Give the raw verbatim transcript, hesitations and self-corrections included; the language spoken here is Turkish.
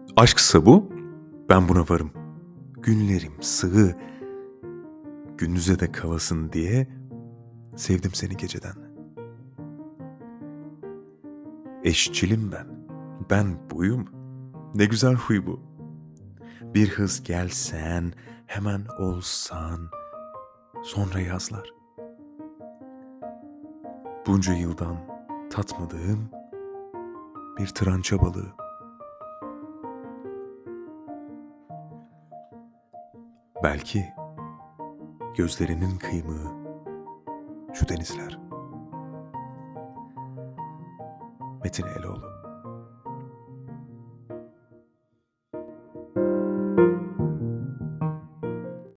Aşksa bu, ben buna varım. Günlerim sığ, gündüze de kalasın diye sevdim seni geceden. Eşçilim ben, ben buyum. Ne güzel huy bu. Bir hız gelsen, hemen olsan, sonra yazlar. Bunca yıldan tatmadığım bir trança balığı. Belki gözlerinin kıymığı şu denizler. Metin Eloğlu.